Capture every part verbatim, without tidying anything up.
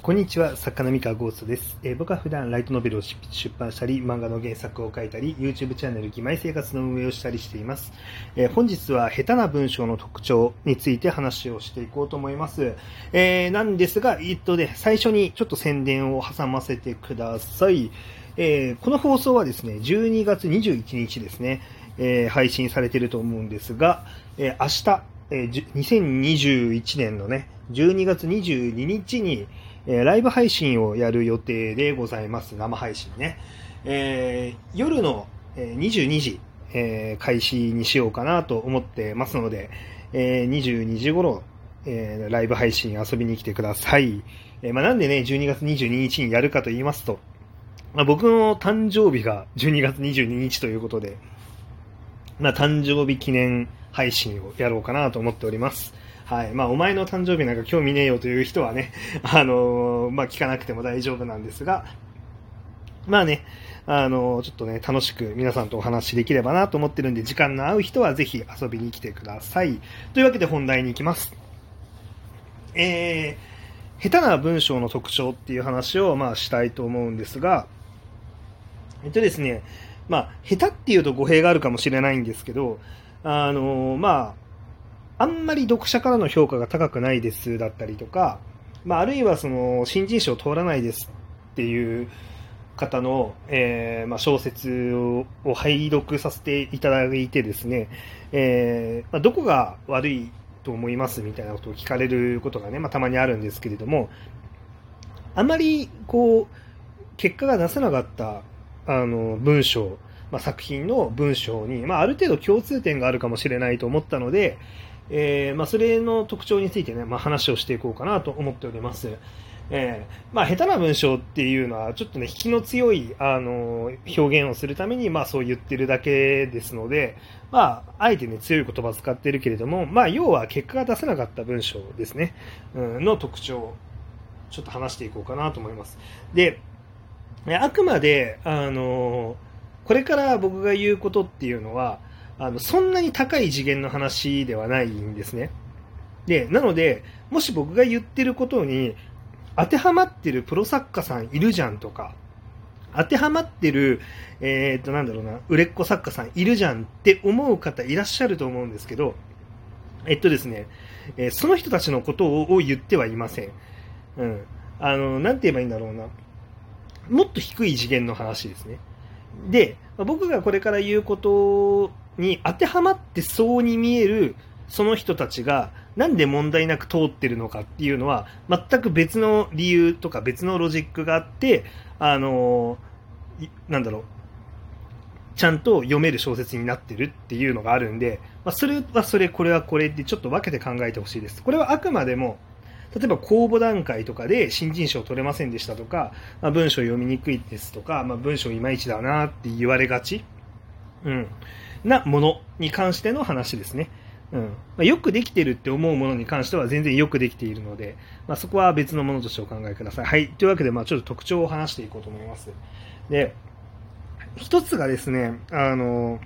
こんにちは、作家の三河ゴーストです。えー僕は普段ライトノベルを出版したり、漫画の原作を書いたり、YouTube チャンネル義妹生活の運営をしたりしています。えー本日は下手な文章の特徴について話をしていこうと思います。えーなんですが、えっとね、最初にちょっと宣伝を挟ませてください。えーこの放送はですね、じゅうにがつにじゅういちにちですね、えー配信されていると思うんですが、えー明日、えーじゅにせんにじゅういちねんのね、じゅうにがつにじゅうににちに、えーライブ配信をやる予定でございます。生配信ね。えー夜のえーにじゅうにじ、えー開始にしようかなと思ってますので、えーにじゅうにじ頃、えーライブ配信遊びに来てください。えーまあ、なんでね、じゅうにがつにじゅうににちにやるかと言いますと、まあ、僕の誕生日がじゅうにがつにじゅうににちということで、まあ、誕生日記念配信をやろうかなと思っております。はい。まあ、お前の誕生日なんか興味ねえよという人はね、あのーまあ、聞かなくても大丈夫なんですが、まあね、あのーちょっとね、楽しく皆さんとお話しできればなと思ってるんで、時間の合う人はぜひ遊びに来てください。というわけで本題に行きます。えー、下手な文章の特徴っていう話を、まあ、したいと思うんですが、えっとですね、まあ、下手っていうと語弊があるかもしれないんですけど、あのーまあ、あんまり読者からの評価が高くないですだったりとか、まあ、あるいはその新人賞通らないですっていう方の、えーまあ、小説をを拝読させていただいてですね、えーまあ、どこが悪いと思いますみたいなことを聞かれることがね、まあ、たまにあるんですけれども、あまりこう結果が出せなかったあの文章、まあ、作品の文章に、まあ、ある程度共通点があるかもしれないと思ったので、えーまあ、それの特徴についてね、まあ、話をしていこうかなと思っております。えーまあ、下手な文章っていうのはちょっとね引きの強いあの表現をするために、まあ、そう言ってるだけですので、まあ、あえてね強い言葉を使ってるけれども、まあ、要は結果が出せなかった文章ですね、うん、の特徴をちょっと話していこうかなと思います。で、あくまで、あのこれから僕が言うことっていうのは、あのそんなに高い次元の話ではないんですね。で、なので、もし僕が言ってることに当てはまってるプロ作家さんいるじゃんとか、当てはまってる、えー、っと、なんだろうな、売れっ子作家さんいるじゃんって思う方いらっしゃると思うんですけど、えっとですね、えーその人たちのことを言ってはいません。うん。あの、なんて言えばいいんだろうな。もっと低い次元の話ですね。で、僕がこれから言うことに当てはまってそうに見えるその人たちがなんで問題なく通ってるのかっていうのは全く別の理由とか別のロジックがあって、あのなんだろう、ちゃんと読める小説になってるっていうのがあるんで、まあ、それはそれ、これはこれってちょっと分けて考えてほしいです。これはあくまでも例えば公募段階とかで新人賞取れませんでしたとか、まあ、文章読みにくいですとか、まあ、文章いまいちだなって言われがち、うん、なものに関しての話ですね。うんまあ、よくできてるって思うものに関しては全然よくできているので、まあ、そこは別のものとしてお考えください。はい。というわけで、まあ、ちょっと特徴を話していこうと思います。で、一つがですね、あの、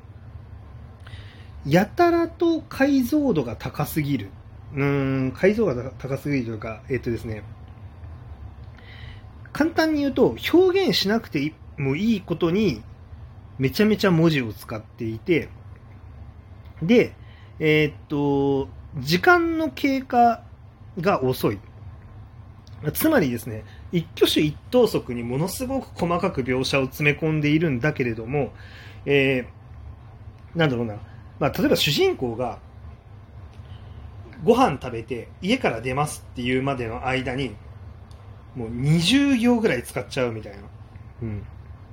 やたらと解像度が高すぎる。うーん、解像度が高すぎるというか、えっとですね、簡単に言うと、表現しなくてもいいことに、めちゃめちゃ文字を使っていて、で、えーっと、時間の経過が遅い。つまりですね、一挙手一投足にものすごく細かく描写を詰め込んでいるんだけれども、えー、なんだろうな、まあ、例えば主人公がご飯食べて家から出ますっていうまでの間にもうにじゅうぎょうぐらい使っちゃうみたいな、うん、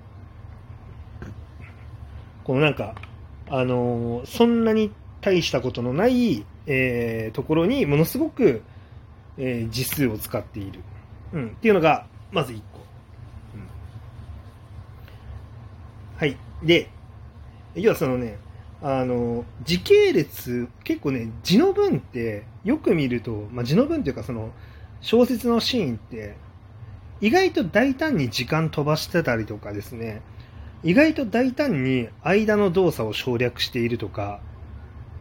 このなんか、あのーそんなに大したことのない、えーところにものすごく、えー字数を使っている、うん、っていうのがまずいっこ、うん、はいで、要はそのね、あの時系列結構ね、字の文ってよく見ると、まあ、字の文っていうかその小説のシーンって意外と大胆に時間飛ばしてたりとかですね、意外と大胆に間の動作を省略しているとか、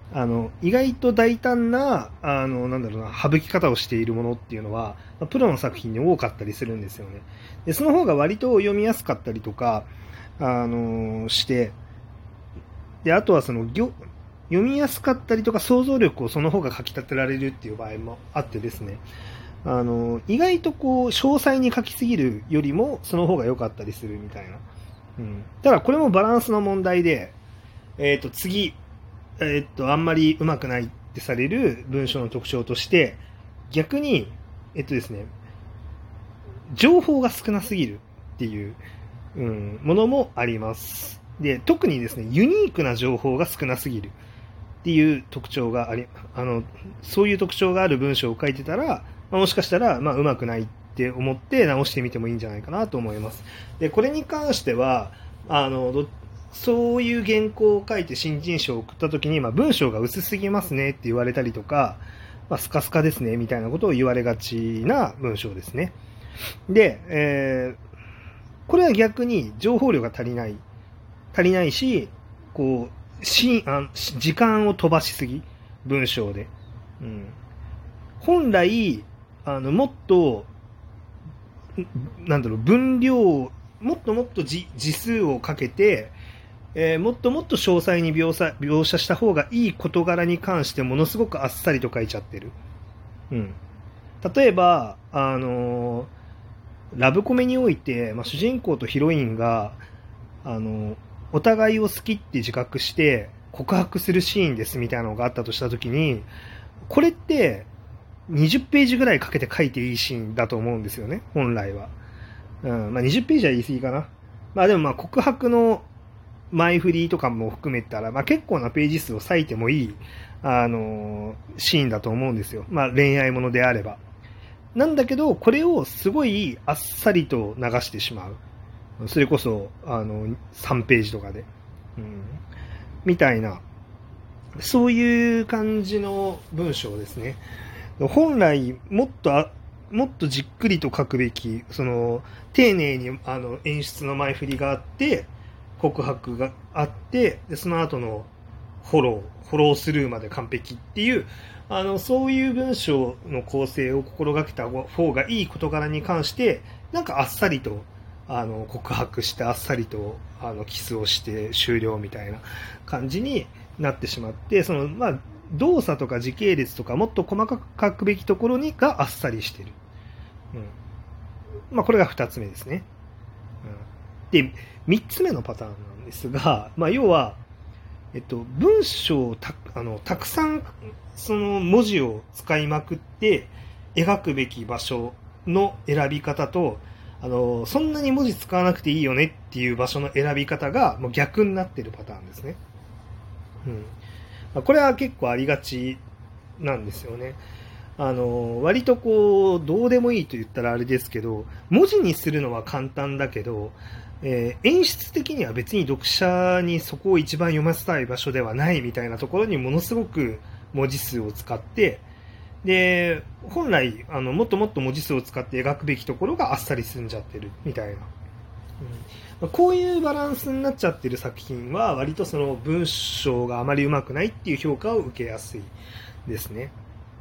あの意外と大胆なあのなんだろうな省き方をしているものっていうのはプロの作品に多かったりするんですよね。でその方が割と読みやすかったりとかあのして、であとはその読みやすかったりとか想像力をその方がかき立てられるっていう場合もあってですね、あの意外とこう詳細に書きすぎるよりもその方が良かったりするみたいな、うん、ただこれもバランスの問題で、えーと次えー、っとあんまりうまくないってされる文章の特徴として逆にえっとですね情報が少なすぎるっていう、うん、ものもあります。で特にですねユニークな情報が少なすぎるっていう特徴がありあのそういう特徴がある文章を書いてたら、まあ、もしかしたらまあうまくないって思って直してみてもいいんじゃないかなと思います。でこれに関してはあのどそういう原稿を書いて新人賞を送ったときに、まあ、文章が薄すぎますねって言われたりとか、まあ、スカスカですねみたいなことを言われがちな文章ですね。で、えー、これは逆に情報量が足りない足りないし、こうしあ時間を飛ばしすぎ文章で、うん、本来あのもっとなんだろう分量もっともっと字数をかけてえー、もっともっと詳細に描写、描写した方がいい事柄に関してものすごくあっさりと書いちゃってる。うん。例えば、あのー、ラブコメにおいて、まあ、主人公とヒロインが、あのー、お互いを好きって自覚して告白するシーンですみたいなのがあったとしたときに、これってにじゅっページぐらいかけて書いていいシーンだと思うんですよね、本来は。うん。まあ、にじゅっページは言い過ぎかな。まあでもまあ告白の前振りとかも含めたら、まあ、結構なページ数を割いてもいい、あのー、シーンだと思うんですよ。まあ、恋愛ものであれば。なんだけど、これをすごいあっさりと流してしまう。それこそ、あの、さんページとかで。うん、みたいな、そういう感じの文章ですね。本来、もっとあ、もっとじっくりと書くべき、その、丁寧にあの演出の前振りがあって、告白があって、でその後のフォロー、フォロースルーまで完璧っていう、あのそういう文章の構成を心がけた方がいい事柄に関して、なんかあっさりとあの告白して、あっさりとあのキスをして終了みたいな感じになってしまって、そのまあ動作とか時系列とかもっと細かく書くべきところにがあっさりしてる。うん、まあこれがふたつめですね。うん、でみっつめのパターンなんですが、まあ、要は、えっと、文章を た, あのたくさんその文字を使いまくって描くべき場所の選び方と、あのそんなに文字使わなくていいよねっていう場所の選び方がもう逆になっているパターンですね。うんまあ、これは結構ありがちなんですよね。あの割とこうどうでもいいと言ったらあれですけど、文字にするのは簡単だけど、えー、演出的には別に読者にそこを一番読ませたい場所ではないみたいなところにものすごく文字数を使って、で本来あのもっともっと文字数を使って描くべきところがあっさり済んじゃってるみたいな、うん、こういうバランスになっちゃってる作品は割とその文章があまりうまくないっていう評価を受けやすいですね。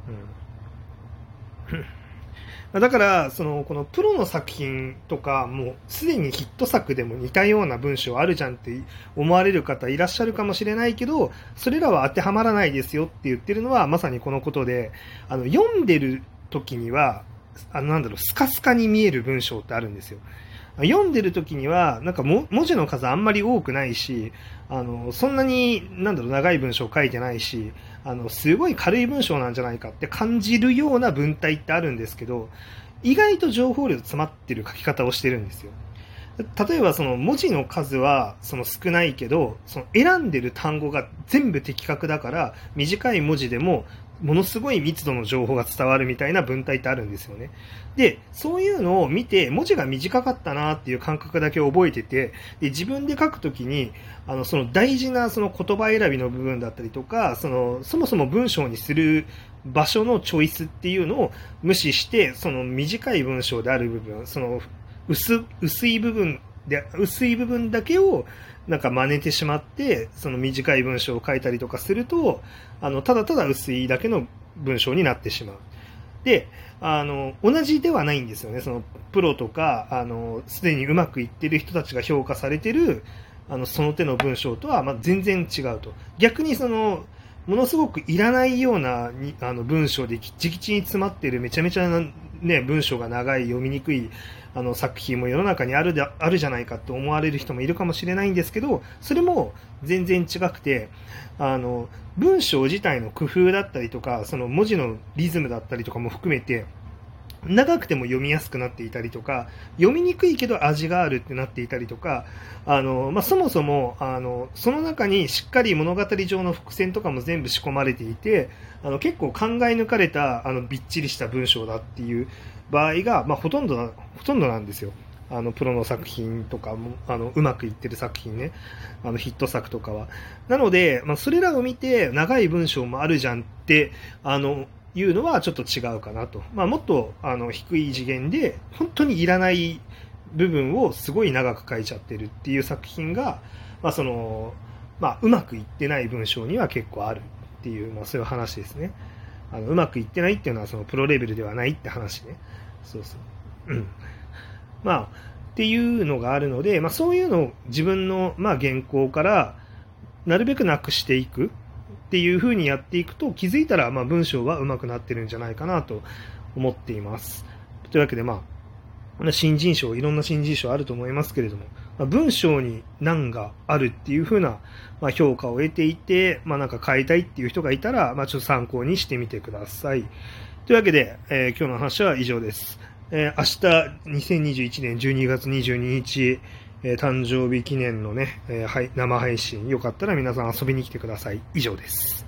うんだからそのこのプロの作品とかもうすでにヒット作でも似たような文章あるじゃんって思われる方いらっしゃるかもしれないけど、それらは当てはまらないですよって言ってるのはまさにこのことで、あの読んでる時にはあのなんだろうスカスカに見える文章ってあるんですよ。読んでる時にはなんかも文字の数あんまり多くないし、あのそんなになんだろう長い文章書いてないし、あのすごい軽い文章なんじゃないかって感じるような文体ってあるんですけど、意外と情報量詰まってる書き方をしてるんですよ。例えばその文字の数はその少ないけど、その選んでる単語が全部的確だから短い文字でもものすごい密度の情報が伝わるみたいな文体ってあるんですよね。で、そういうのを見て文字が短かったなっていう感覚だけ覚えてて、で自分で書くときにあのその大事なその言葉選びの部分だったりとか、そのそもそも文章にする場所のチョイスっていうのを無視して、その短い文章である部分、その 薄, 薄い部分で、薄い部分だけをなんか真似てしまって、その短い文章を書いたりとかすると、あの、ただただ薄いだけの文章になってしまう。で、あの、同じではないんですよね。その、プロとか、あの、すでにうまくいってる人たちが評価されてる、あの、その手の文章とは、まあ、全然違うと。逆にその、ものすごくいらないようなにあの文章できっちきちに詰まっているめちゃめちゃな、ね、文章が長い読みにくいあの作品も世の中にあるであるじゃないかと思われる人もいるかもしれないんですけど、それも全然違くて、あの文章自体の工夫だったりとか、その文字のリズムだったりとかも含めて長くても読みやすくなっていたりとか、読みにくいけど味があるってなっていたりとか、あの、まあ、そもそも、あの、その中にしっかり物語上の伏線とかも全部仕込まれていて、あの、結構考え抜かれた、あの、びっちりした文章だっていう場合が、まあ、ほとんどな、ほとんどなんですよ。あの、プロの作品とかも、あの、うまくいってる作品ね。あの、ヒット作とかは。なので、まあ、それらを見て、長い文章もあるじゃんって、あの、いうのはちょっと違うかなと。まあ、もっとあの低い次元で本当にいらない部分をすごい長く書いちゃってるっていう作品が、まあそのまあ、うまくいってない文章には結構あるっていう、まあ、そういう話ですね。あのうまくいってないっていうのはそのプロレベルではないって話ね。そうそう。うん。まあっていうのがあるので、まあ、そういうのを自分の、まあ、原稿からなるべくなくしていくっていう風にやっていくと、気づいたらまあ文章は上手くなってるんじゃないかなと思っています。というわけで、まあ新人賞、いろんな新人賞あると思いますけれども、まあ、文章に難があるっていう風なまあ評価を得ていて、まあなんか変えたいっていう人がいたら、まあちょっと参考にしてみてください。というわけで、えー、今日の話は以上です。えー、明日にせんにじゅういちねんじゅうにがつにじゅうににち、えー、誕生日記念のね、えーはい、生配信、よかったら皆さん遊びに来てください。以上です。